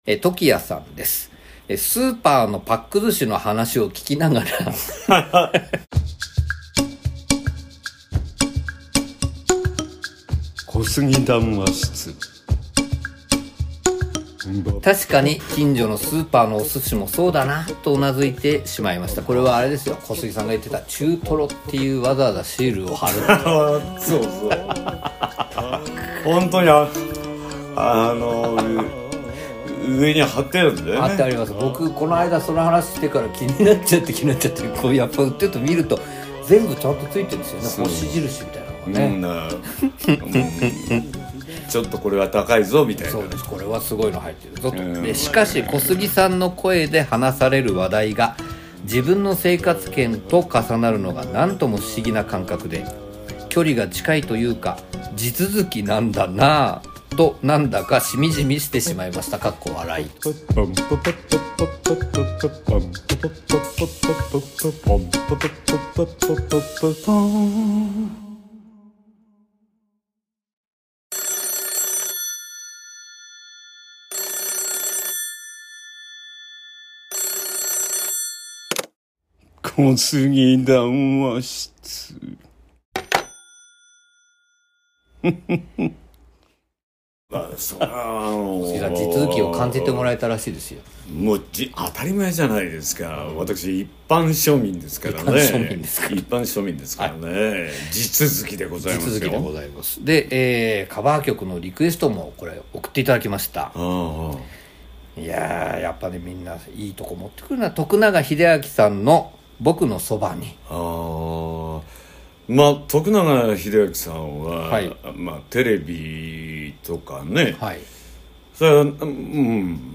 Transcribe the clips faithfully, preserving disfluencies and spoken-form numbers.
え時矢さんです。えスーパーのパック寿司の話を聞きながら小杉談話室。 確かに近所のスーパーのお寿司もそうだなとうなずいてしまいました。これはあれですよ、小杉さんが言ってた中トロっていうわざわざシールを貼るそうそう本当にああの上に貼ってあるんだよね。 貼ってあります。僕この間その話してから気になっちゃって気になっちゃってこうやっぱ売ってると見ると全部ちゃんとついてるんですよね。星印みたいなのがね、 うんなうんちょっとこれは高いぞみたいな。 そうです、これはすごいの入ってるぞと。でしかし小杉さんの声で話される話題が自分の生活圏と重なるのが何とも不思議な感覚で、距離が近いというか地続きなんだなぁとなんだかしみじみしてしまいました。かっこ笑い。 小杉談話室あそうあの小杉さん地続きを感じてもらえたらしいですよ。 もうじ当たり前じゃないですか。私一般庶民ですからね。 一般庶民ですか。 一般庶民ですからね、はい、地続きでございますよ。 地続きでございます。で、えー、カバー曲のリクエストもこれ送っていただきました。ああいやーやっぱりみんないいとこ持ってくるな。徳永英明さんの僕のそばに。 ああまあ徳永英明さんは、はいまあ、テレビとかね、はい、それは、うん、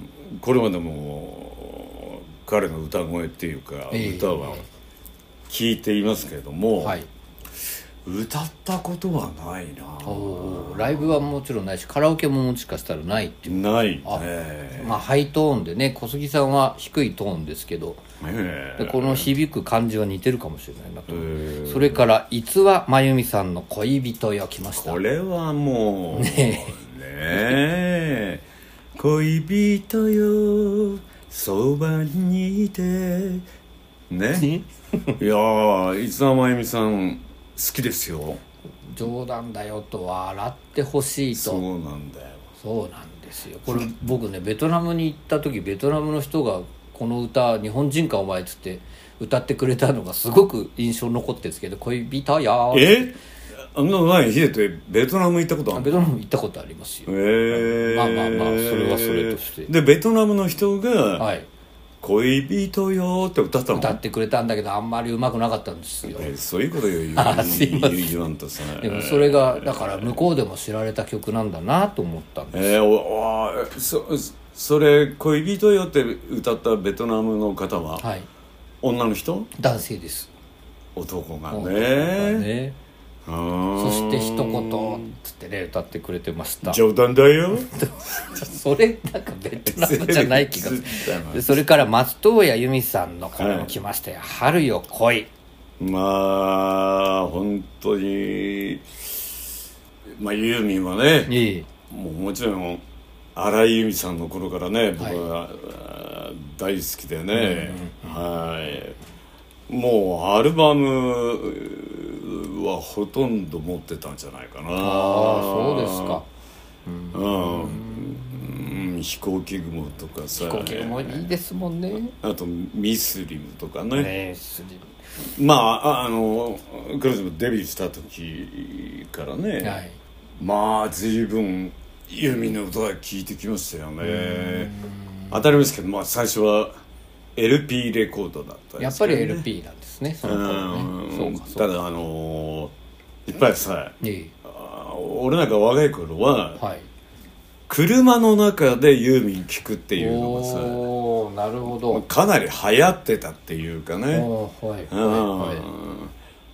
これまでも彼の歌声っていうか、えー、歌は聞いていますけれども、はい、歌ったことはないな。 ライブはもちろんないしカラオケももしかしたらないっていうない、 えー、まあハイトーンでね、小杉さんは低いトーンですけど、えー、でこの響く感じは似てるかもしれないなと、えー、それから逸話真由美さんの恋人よ来ました。 これはもうねえ恋人よそばにいてねいや逸話真由美さん好きですよ。 冗談だよと笑ってほしいと。 そうなんだよ。 そうなんですよ。これ僕ねベトナムに行った時ベトナムの人がこの歌日本人かお前っつって歌ってくれたのがすごく印象に残ってるんですけど、恋人やーえあの前ヒデってベトナム行ったことあるの？ ベトナム行ったことありますよ。 へえまあまあまあそれはそれとしてでベトナムの人が、 はい恋人よって歌ったの？ 歌ってくれたんだけどあんまりうまくなかったんですよ。 えー、そういうこと言う言わんとさ。 でもそれがだから向こうでも知られた曲なんだなと思ったんです。 えー、おおそそれ恋人よって歌ったベトナムの方は、はい、女の人？ 男性です。 男がね。 男がね。そして一言つってね歌ってくれてました。 冗談だよそれなんかベトナムじゃない気がするそれから松任谷由実さんのこれも来ましたよ、はい、春よ来い。 まあ本当にまあユーミンはねいいもうもちろん荒井由実さんの頃からね僕は、はい、大好きでね、うんうんうん、はいもうアルバムはほとんど持ってたんじゃないかな。 ああそうですか。 うん、うんうん、飛行機雲とかさ、 飛行機雲いいですもんね。 あとミスリムとかね。 ねスリムまああの彼女もデビューした時からね、はい、まあ随分ユーミンの歌は聴いてきましたよね。当たり前ですけど、まあ最初はエルピー レコードだったんですけど、ね、 やっぱり エルピー なんですねその頃ね。そうかそうか。 ただあのー、いっぱいさ、いい俺なんか若い頃は、はい、車の中でユーミン聴くっていうのがさ、 おなるほどかなり流行ってたっていうかね。 お、はいはいはい、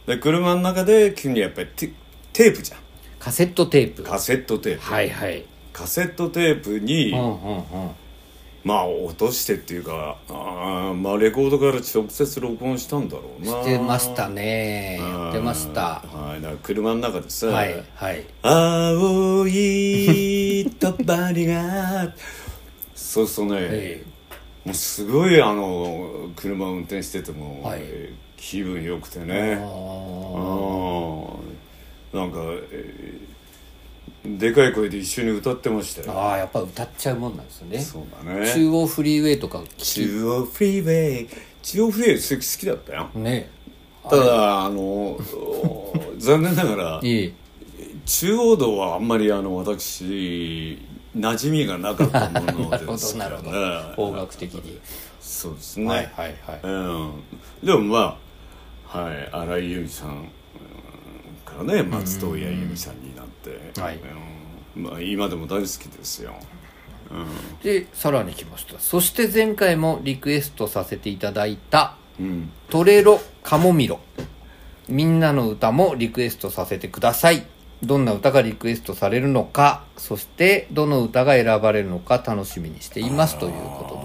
で車の中で聴くにやっぱり テ, テープじゃん。 カセットテープカセットテープはいはいカセットテープに、うんうんうんまあ落としてっていうかあまあレコードから直接録音したんだろうな。 してましたねやってました。 はい、だから車の中でさ、 はいはい、 青いとばりがそうするとね、えー、もうすごいあの車を運転してても、はい、気分良くてね、ああなんか、えー、でかい声で一緒に歌ってましたよ。 ああやっぱ歌っちゃうもんなんですよね。 そうだね。 中央フリーウェイとか中央フリーウェイ中央フリーウェイ好きだったよね。 ただあの残念ながらいい中央道はあんまりあの私馴染みがなかったものですからね。 方角的にそうですね。 はいはいはい、 うん、でもまあ、はい、新井由美さんからね松任谷由実さんになって、はいうんまあ、今でも大好きですよ、 うん、でさらに来ました。そして前回もリクエストさせていただいた、うん、トレロカモミロみんなの歌もリクエストさせてください。どんな歌がリクエストされるのか、そしてどの歌が選ばれるのか楽しみにしていますということです。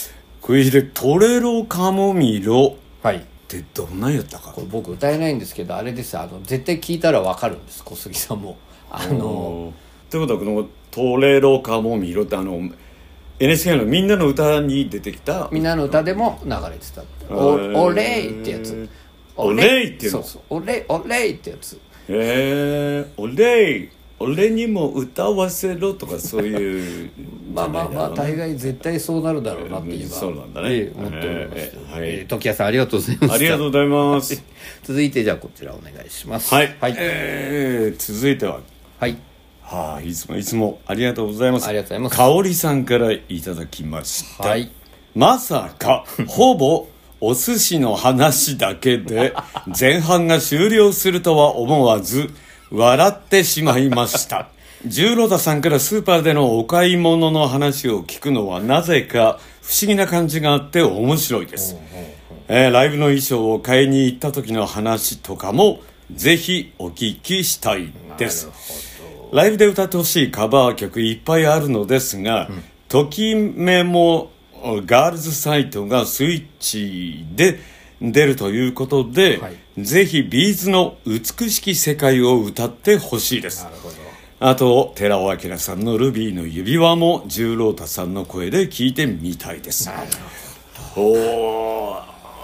これでトレロカモミロってどんなんやったか、 これ僕歌えないんですけどあれですあの絶対聞いたら分かるんです。小杉さんもあのということはこのトレロカモミロってあの エヌエイチケー のみんなの歌に出てきたみんなの歌でも流れてたおレイってやつおレイっていうのそうそうおレイおレイってやつへえおレイ俺にも歌わせろとかそういうまあまあまあ大概絶対そうなるだろうなって今そうなんだね、 えー、思っております、えーはいえー、時矢さんありがとうございました。 ありがとうございます続いてじゃあこちらお願いします。 はい、はいえー、続いてははいはあ、いつもいつもありがとうございます。 ありがとうございます。 香織さんからいただきました、 はい、 まさかほぼお寿司の話だけで前半が終了するとは思わず笑ってしまいました十郎太さんからスーパーでのお買い物の話を聞くのはなぜか不思議な感じがあって面白いです、えー、ライブの衣装を買いに行った時の話とかもぜひお聞きしたいです。ライブで歌ってほしいカバー曲いっぱいあるのですが、うん、ときめもガールズサイトがスイッチで出るということで、はい、ぜひビーズの美しき世界を歌ってほしいです。 なるほど。 あと寺尾明さんのルビーの指輪も十郎太さんの声で聞いてみたいです。 なるほど。 お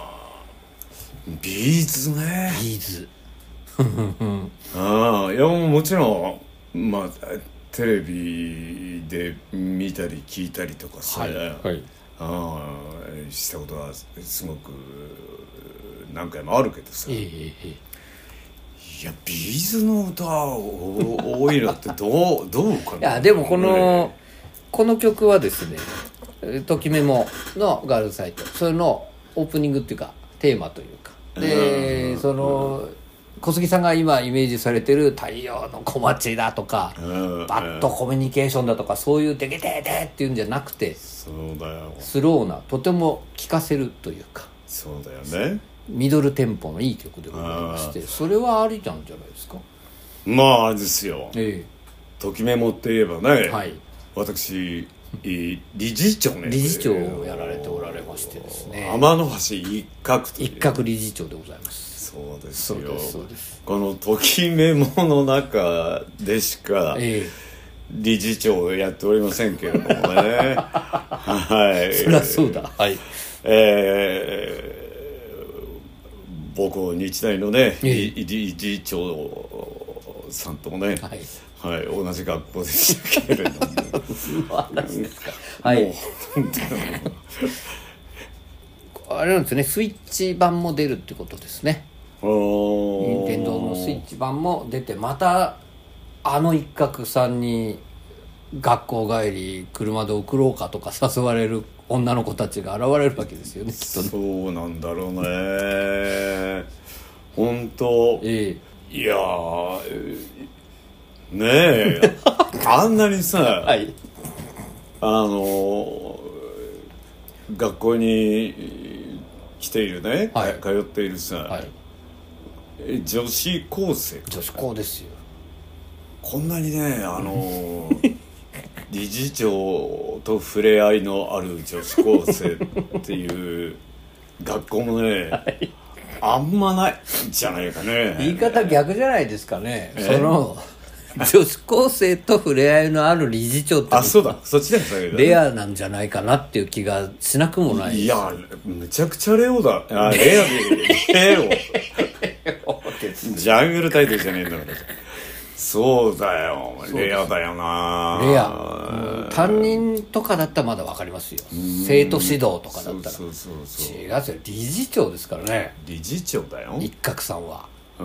ビーズね。 ビーズああいやもちろんまあテレビで見たり聞いたりとかさ、はいはい、ああしたことはすごく何回もあるけどさ、えー、いやビーズの歌多いのってどうどうかな。 いやでもこのこの曲はですねときめものガールズサイトそれのオープニングっていうかテーマというかでその小杉さんが今イメージされてる太陽の小町だとかバッドコミュニケーションだとかそういうデケデデっていうんじゃなくてそうだよスローなとても聴かせるというかそうだよねミドルテンポのいい曲でございましてそれはありなんじゃないですか。 まああれですよ、ええ、ときめもって言えばね、 はい、 私理事長ね理事長をやられておられましてですね天橋一角という一角理事長でございます。 そうですよ。そうですそうです。このときめもの中でしか理事長をやっておりませんけれどもねはいそりゃそうだはいえー、母校日大のね、えー、理事長さんともね、はいはい、同じ学校でしたけれどもはいもうあれなんですねスイッチ版も出るってことですね。任天堂のスイッチ版も出てまたあの一角さんに学校帰り車で送ろうかとか誘われる女の子たちが現れるわけですよねきっとね。 そうなんだろうね本当、ええ、いやねえあんなにさ、はい、あの学校に来ているね、はい、通っているさ、はい女子高生女子高ですよ。 こんなにねあの理事長と触れ合いのある女子高生っていう学校もね、はい、あんまないんじゃないかね。 言い方逆じゃないですかね。その女子高生と触れ合いのある理事長ってあ、そうだ、そっちだよ、それレアなんじゃないかなっていう気がしなくもないです。 いや、めちゃくちゃレオだ。あ、レアでレオジャングルタイトルじゃねえんだから。そうだよ、レアだよな。 レア、担任とかだったらまだ分かりますよ。生徒指導とかだったら。そうそうそうそう、違うですよ、理事長ですからね。 理事長だよ、 一角さんは。 うん、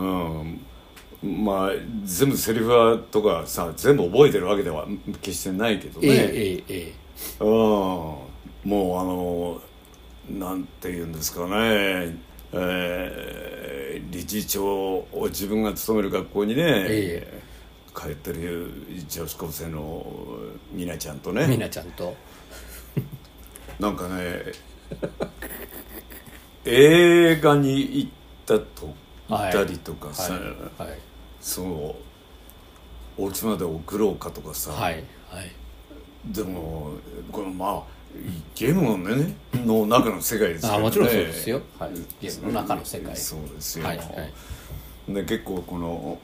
まあ全部セリフはとかさ全部覚えてるわけでは決してないけどね。ええええ、うん、もうあのなんていうんですかね、えー、理事長を自分が勤める学校にね、ええ、通ってる女子高生のみなちゃんとね、 みなちゃんとなんかね映画に行ったと行ったりとかさ、はいはいはい、そうお家まで送ろうかとかさ、はいはい、でもこのまあゲームのねの中の世界ですけどね。 あ、もちろんそうですよ、はい、ゲームの中の世界、 そうですよ、 はいはい、 で結構この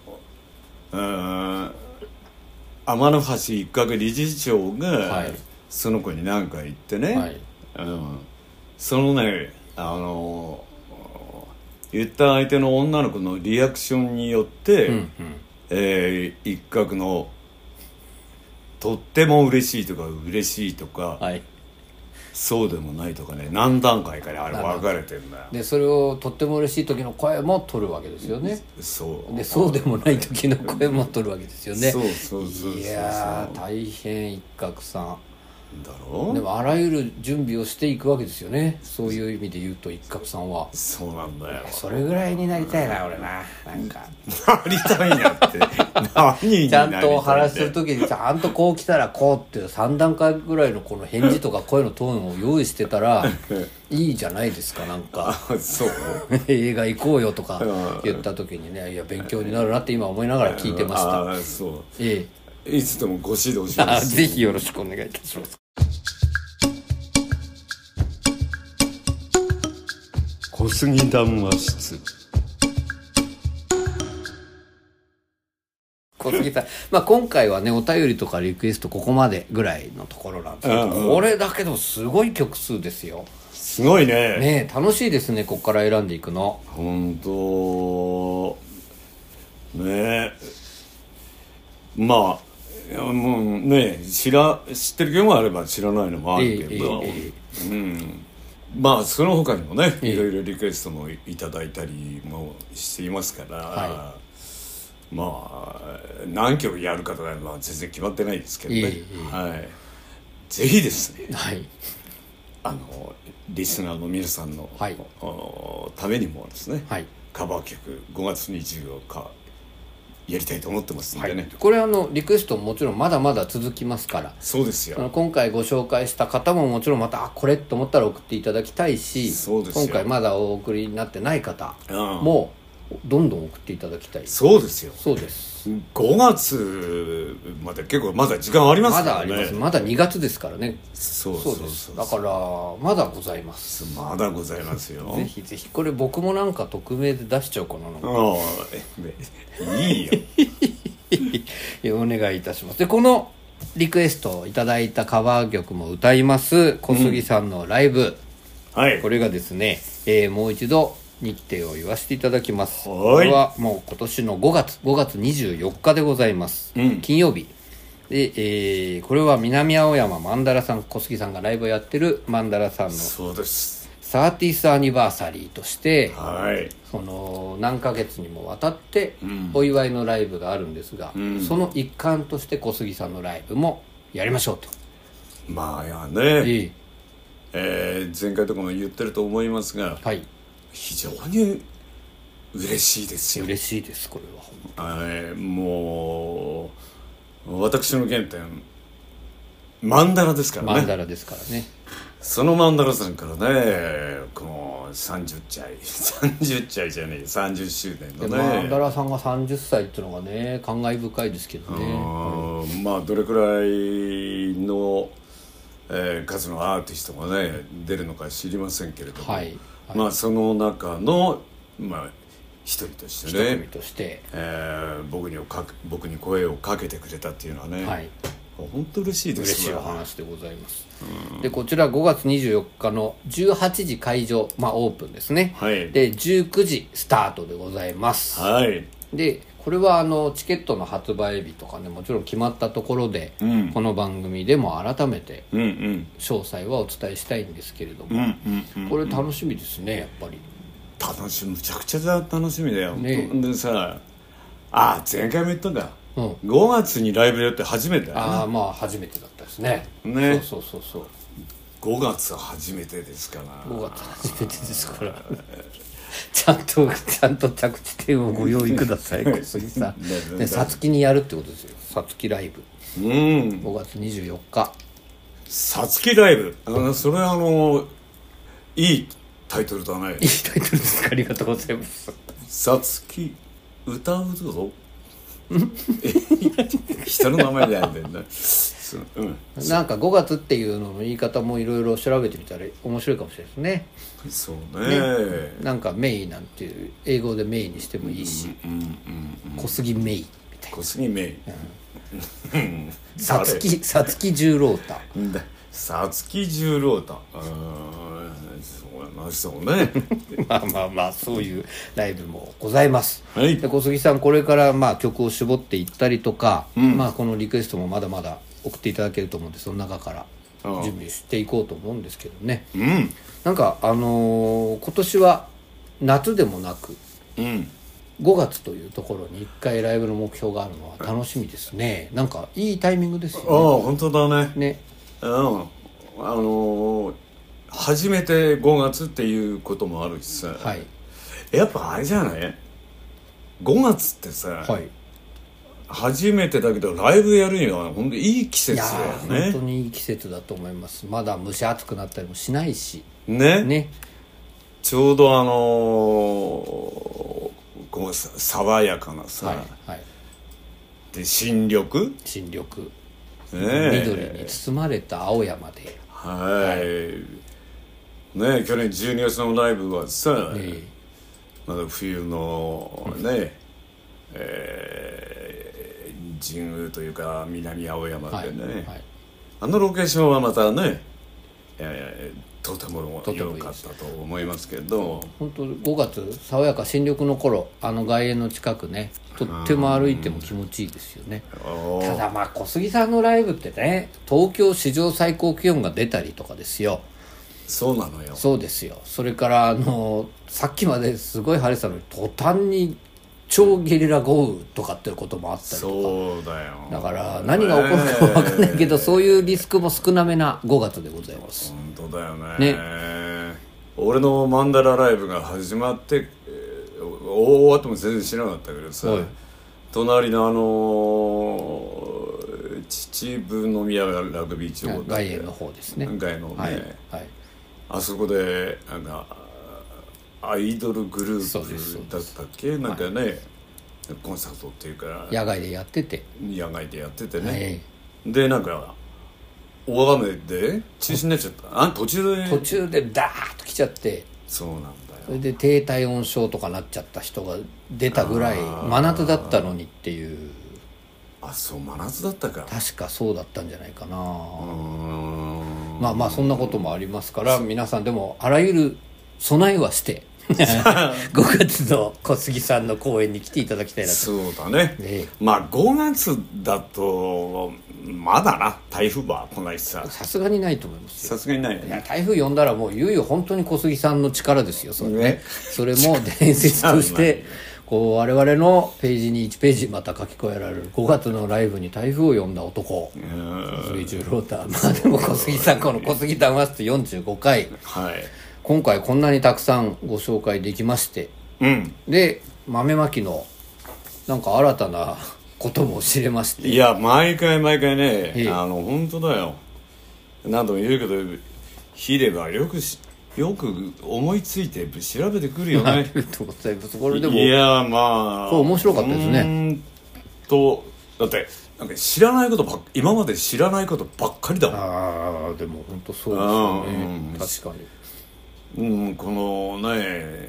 天の橋一角理事長が、はい、その子に何か言ってね、はい、うん、そのねあの言った相手の女の子のリアクションによって、うんうん、えー、一角のとっても嬉しいとか嬉しいとか、はい、そうでもないとかね、何段階かにあれ分かれてるんだよ。 でそれをとっても嬉しい時の声も取るわけですよね。 そうでそうでもない時の声も取るわけですよね。 そうそうそうそう。 いやー大変一角さんだろう。 でもあらゆる準備をしていくわけですよね。そういう意味で言うと一角さんはそうなんだよ。 それぐらいになりたいな、俺な。なんかなりたいなって何になりたいんだよ。 ちゃんとお話しする時にちゃんとこう来たらこうっていうさん段階ぐらいのこの返事とか声のトーンを用意してたらいいじゃないですか。なんかそう映画行こうよとか言った時にね、いや勉強になるなって今思いながら聞いてました。 あ、そう、 ええ、いつでもご指導します。 ぜひよろしくお願いいたします。 小杉談話室。 小杉さん、まあ、今回はねお便りとかリクエストここまでぐらいのところなんですけど、うんうん、これだけでもすごい曲数ですよ。 すごいね。 ねえ楽しいですね、ここから選んでいくの。 本当ねえ、まあもうね知ら知ってる曲もあれば知らないのもあるけど、えーえー、うん、まあその他にもね、えー、いろいろリクエストもいただいたりもしていますから、はい、まあ何曲やるかとかは全然決まってないですけどね、えー、はい、ぜひですね、はい、あのリスナーの皆さんの、はい、ためにもですね、はい、カバー曲ごがつにじゅうよっかやりたいと思ってますんでね、はい、 これあのリクエストももちろんまだまだ続きますから。 そうですよ。 今回ご紹介した方ももちろんまたあこれと思ったら送っていただきたいし、 そうですよ。 今回まだお送りになってない方もどんどん送っていただきたい。 そうですよ。 そうです。 ごがつまで結構まだ時間ありますからね。 まだあります。まだにがつですからね。 そうそうそうそう。 です。だからまだございます。 まだございますよ。 ぜひぜひこれ僕もなんか匿名で出しちゃおうかな。 ああ、いいよ。お願いいたします。でこのリクエストをいただいたカバー曲も歌います小杉さんのライブ、うん、はい、これがですね、えー、もう一度日程を言わせていただきます。これはもう今年のごがつごがつにじゅうよっかでございます、うん、金曜日で、えー、これは南青山マンダラさん、小杉さんがライブをやってるマンダラさんのそうですサーティースアニバーサリーとして、 はい、 その何ヶ月にもわたってお祝いのライブがあるんですが、うん、その一環として小杉さんのライブもやりましょうと。 まあやね、いい、えー、前回とかも言ってると思いますが、はい、非常に嬉しいですよ。 嬉しいです。これは本当に、 えー、もう私の原点マンダラですからね。 マンダラですからね。 そのマンダラさんからね、このさんじゅっちゃいさんじゅっちゃいじゃねえさんじゅっしゅうねんのね、 マンダラさんがさんじゅっさいっていうのがね感慨深いですけどね。 うん、まあどれくらいの、えー、数のアーティストがね出るのか知りませんけれども、はいはい、まあその中の、まあ、 一人としてね、 一組として、 えー、僕にか僕に声をかけてくれたっていうのはね、はい、本当嬉しいです。 嬉しいお話でございます、うん、でこちらごがつにじゅうよっかのじゅうはちじ開場、まあオープンですね、はい、でじゅうくじスタートでございます、はい、でこれはあのチケットの発売日とかねもちろん決まったところで、うん、この番組でも改めて詳細はお伝えしたいんですけれども、うんうんうんうん、これ楽しみですね。やっぱり楽しみ、むちゃくちゃ楽しみだよ、ね、でさあ前回も言ったんだ、うん、ごがつにライブやって初めてだよね。 ああまあ初めてだったですね。 ね、 そうそうそうそう、 ごがつは初めてですからごがつ初めてですからちゃんとちゃんと着地点をご用意ください小杉さんでさつきにやるってことですよ。さつきライブ、うん、ごがつにじゅうよっかさつきライブ、あのそれはあのいいタイトルだね。 いいタイトルですか。ありがとうございます。 さつき歌うぞ人の名前でやんでんな、うん、 なんかごがつっていうのの言い方もいろいろ調べてみたら面白いかもしれないですね。 そうね、 ね、なんかメイなんていう英語でメイにしてもいいし、うんうんうんうん、小杉メイみたいな。 小杉メイ、 さつきさつき十郎太さつき十郎太、そうねまあまあまあそういうライブもございます、 はい、 で小杉さんこれからまあ曲を絞っていったりとか、うん、まあこのリクエストもまだまだ送っていただけると思うんでその中から準備していこうと思うんですけどね、うん、なんかあのー、今年は夏でもなく、うん、ごがつというところにいっかいライブの目標があるのは楽しみですね。なんかいいタイミングですよね。 ああ本当だね。 ね、 うん、あのー初めてごがつっていうこともあるしさ、はい、やっぱあれじゃないごがつってさ、はい、初めてだけどライブやるには本当にいい季節だよね。 いや本当にいい季節だと思います。まだ蒸し暑くなったりもしないしね, ねちょうどあのー、こう爽やかなさ、はいはい、で新緑新緑、ね、緑に包まれた青山で、 はい、はいね、去年じゅうにがつのライブはさ、ね、まだ冬のね、うん、えー、神宮というか南青山でね、はいはい、あのロケーションはまたね、えー、とても良かったと思いますけど、 本当ごがつ爽やか新緑の頃あの外苑の近くねとっても歩いても気持ちいいですよね。ただまあ小杉さんのライブってね東京史上最高気温が出たりとかですよ。 そうなのよ。 そうですよ。それからあのさっきまですごい晴れてたのに途端に超ゲリラ豪雨とかっていうこともあったりとか。 そうだよ。 だから何が起こるか分かんないけど、えー、そういうリスクも少なめなごがつでございます。 本当だよね。ね、俺のマンダラライブが始まって、えー、終わっても全然知らなかったけどさ、はい、隣のあのー、秩父宮ラグビー場外苑の方ですね。 外苑のね、 はいはい、 あそこでなんかアイドルグループだったっけ、なんかね、はい、コンサートっていうか野外でやってて野外でやっててね、はい、でなんか大雨で中止になっちゃった、うん、あ途中で途中でダーッと来ちゃって、 そうなんだよ。 それで低体温症とかなっちゃった人が出たぐらい真夏だったのにっていう。 あ、そう真夏だったか。 確かそうだったんじゃないかな。うーん、まあまあそんなこともありますから、皆さんでもあらゆる備えはしてごがつの小杉さんの公演に来ていただきたいなと。 そうだね、ね、まあごがつだとまだな、台風は来ないしさ。 さすがにないと思いますよ。 さすがにないよね。 いや台風呼んだらもういよいよ本当に小杉さんの力ですよそれね。ね、それも伝説としてこう我々のページにいちページまた書き加えられるごがつのライブに台風を呼んだ男、小杉十郎太。まあでも小杉さんこの小杉談話室よんじゅうごかい、はい、今回こんなにたくさんご紹介できまして、うん、で豆まきのなんか新たなことも知れまして。 いや毎回毎回ね、ええ、あの本当だよ。何度も言うけどヒレはよくしよく思いついて調べてくるよね。ありがとうございます。これでもいやまあこれ面白かったですね。 うんとだってなんか知らないことばっ今まで知らないことばっかりだもん。 ああでも本当そうですよね、うん、確かに。 うん、このね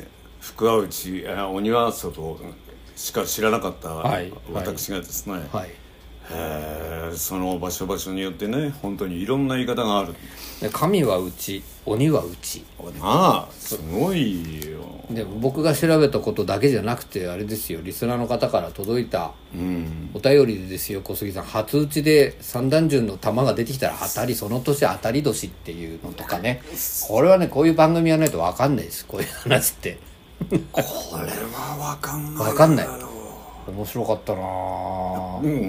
福は内鬼は外しか知らなかった私がですね、はいはい、えー、その場所場所によってね本当にいろんな言い方がある。 神は内、鬼は内、 ああすごいよ。 でも僕が調べたことだけじゃなくてあれですよ、リスナーの方から届いたお便りでですよ、小杉さん、初打ちで三段銃の弾が出てきたら当たり、その年当たり年っていうのとかね、これはねこういう番組やらないと分かんないです、こういう話ってこれは分かんない分かんない。面白かったなうん、うん、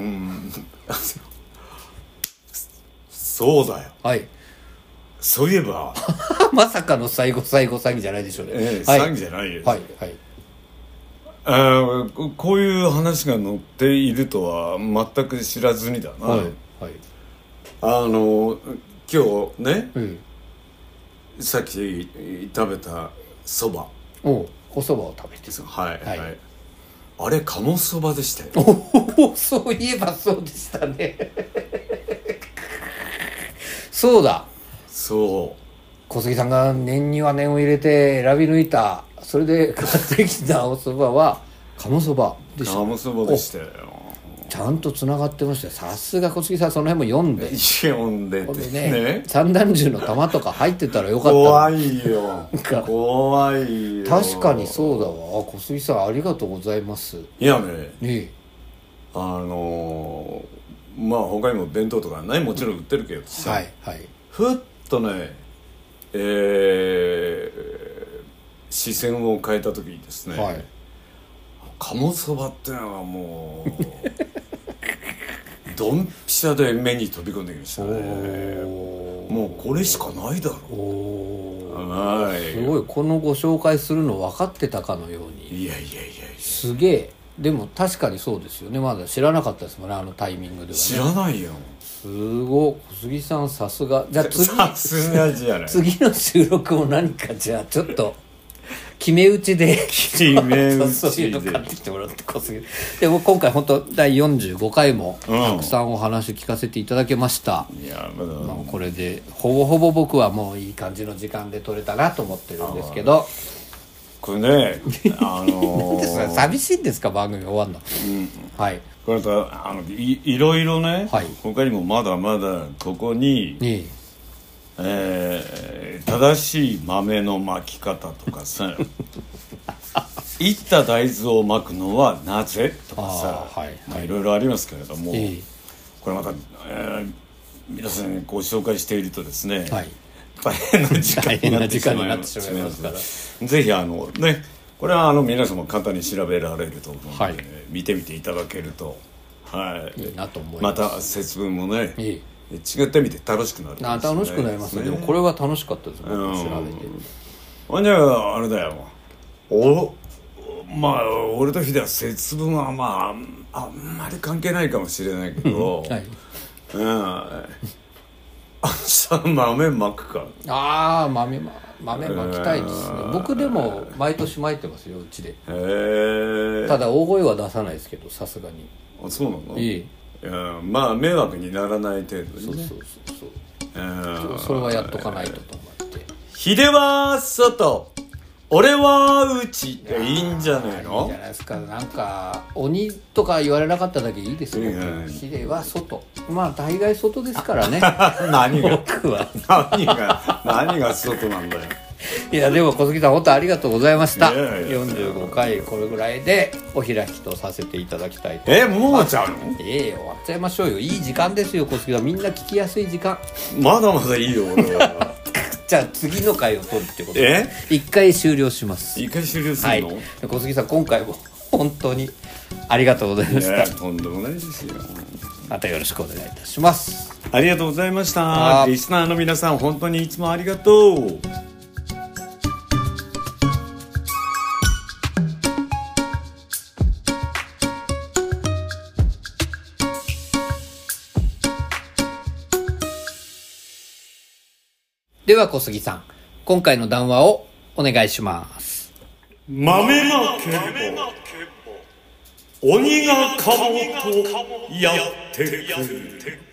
そうだよ。 はい、 そういえばまさかの最後最後詐欺じゃないでしょうね、 ええ、はい、詐欺じゃないよ。 はいはい。 あこういう話が載っているとは全く知らずにだな、はいはい、あの今日ね、うん、さっき食べたそば、 おおそばを食べてる、 はい、はいはい、あれ鴨そばでしたよ。 おそういえばそうでしたねそうだ、 そう小杉さんが念には念を入れて選び抜いた、それで買ってきたおそばは鴨そばでした。 鴨そばでしたよ。 ちゃんとつながってましたよ。さすが小杉さん、その辺も読んで読んでて ね, ね三段銃の弾とか入ってたらよかった。 怖いよ怖いよ。 確かにそうだわ。小杉さんありがとうございます。 いやね、 ねあのー、まあ他にも弁当とかねもちろん売ってるけどさ、 はいはい、 ふっとねえー、視線を変えた時にですね、はい、鴨そばってのはもうドンピシャで目に飛び込んできましたね。もうこれしかないだろう。 はい、すごい、このご紹介するの分かってたかのように。 いやいやいやいや、 すげえ。でも確かにそうですよね。まだ知らなかったですもんね、あのタイミングではね。 知らないよ。 すごい、小杉さんさすが。じゃあ次さすがじゃない。 次の収録も何かじゃあちょっと決め打ちで決め打ちでそういうの買ってきてもらって小杉でも今回本当だいよんじゅうごかいもたくさんお話聞かせていただけました、うん、いやまだ、まあ、これでほぼほぼ僕はもういい感じの時間で撮れたなと思ってるんですけど、 これねあのー、寂しいんですか番組終わんの、うん、はい、 これとあの い, いろいろね、はい、他にもまだまだここに、いいえー、正しい豆の巻き方とかさいった大豆を巻くのはなぜとかさ、はいはい、まあ、いろいろありますけれども、いいこれまた、えー、皆さんにご紹介しているとですね、はい、大変な時間になってしまいますからぜひあのねこれはあの皆様簡単に調べられると思うので、はい、見てみていただけると、はい、いいなと思います。また節分もねいい違ってみて楽しくなる、ね、 あ楽しくなりますね。でもこれは楽しかったです、僕も調べて。 ほんじゃあれだよ、おまあ俺と秀は節分はまああんまり関係ないかもしれないけど、はい、うん、明日豆まくか。 ああ豆ま豆まきたいですね。僕でも毎年まいてますよ、うちで。へただ大声は出さないですけど、さすがに。 あそうなの。 いい、 いやまあ迷惑にならない程度にね。そうそうそうそう、えー、それはやっとかないとと思って。 秀は外俺は内っていいんじゃねえの。いいじゃないですか。なんか鬼とか言われなかっただけいいですよ。秀は外、まあ大概外ですからね何が僕は何が何が外なんだよ。 いやでも小杉さん本当ありがとうございました。よんじゅうごかいこれぐらいでお開きとさせていただきたいと思います。 えもう終わっちゃうの。 ええ終わっちゃいましょうよ。いい時間ですよ小杉さん。みんな聞きやすい時間。 まだまだいいよ俺はじゃあ次の回を取るってことでいっかい終了します。 いっかい終了するの、はい、 小杉さん今回も本当にありがとうございました。 とんでもないですよ。 またよろしくお願いいたします。 ありがとうございました。リスナーの皆さん本当にいつもありがとう。 では小杉さん今回の談話をお願いします。 豆まけば鬼がかもとやってくる。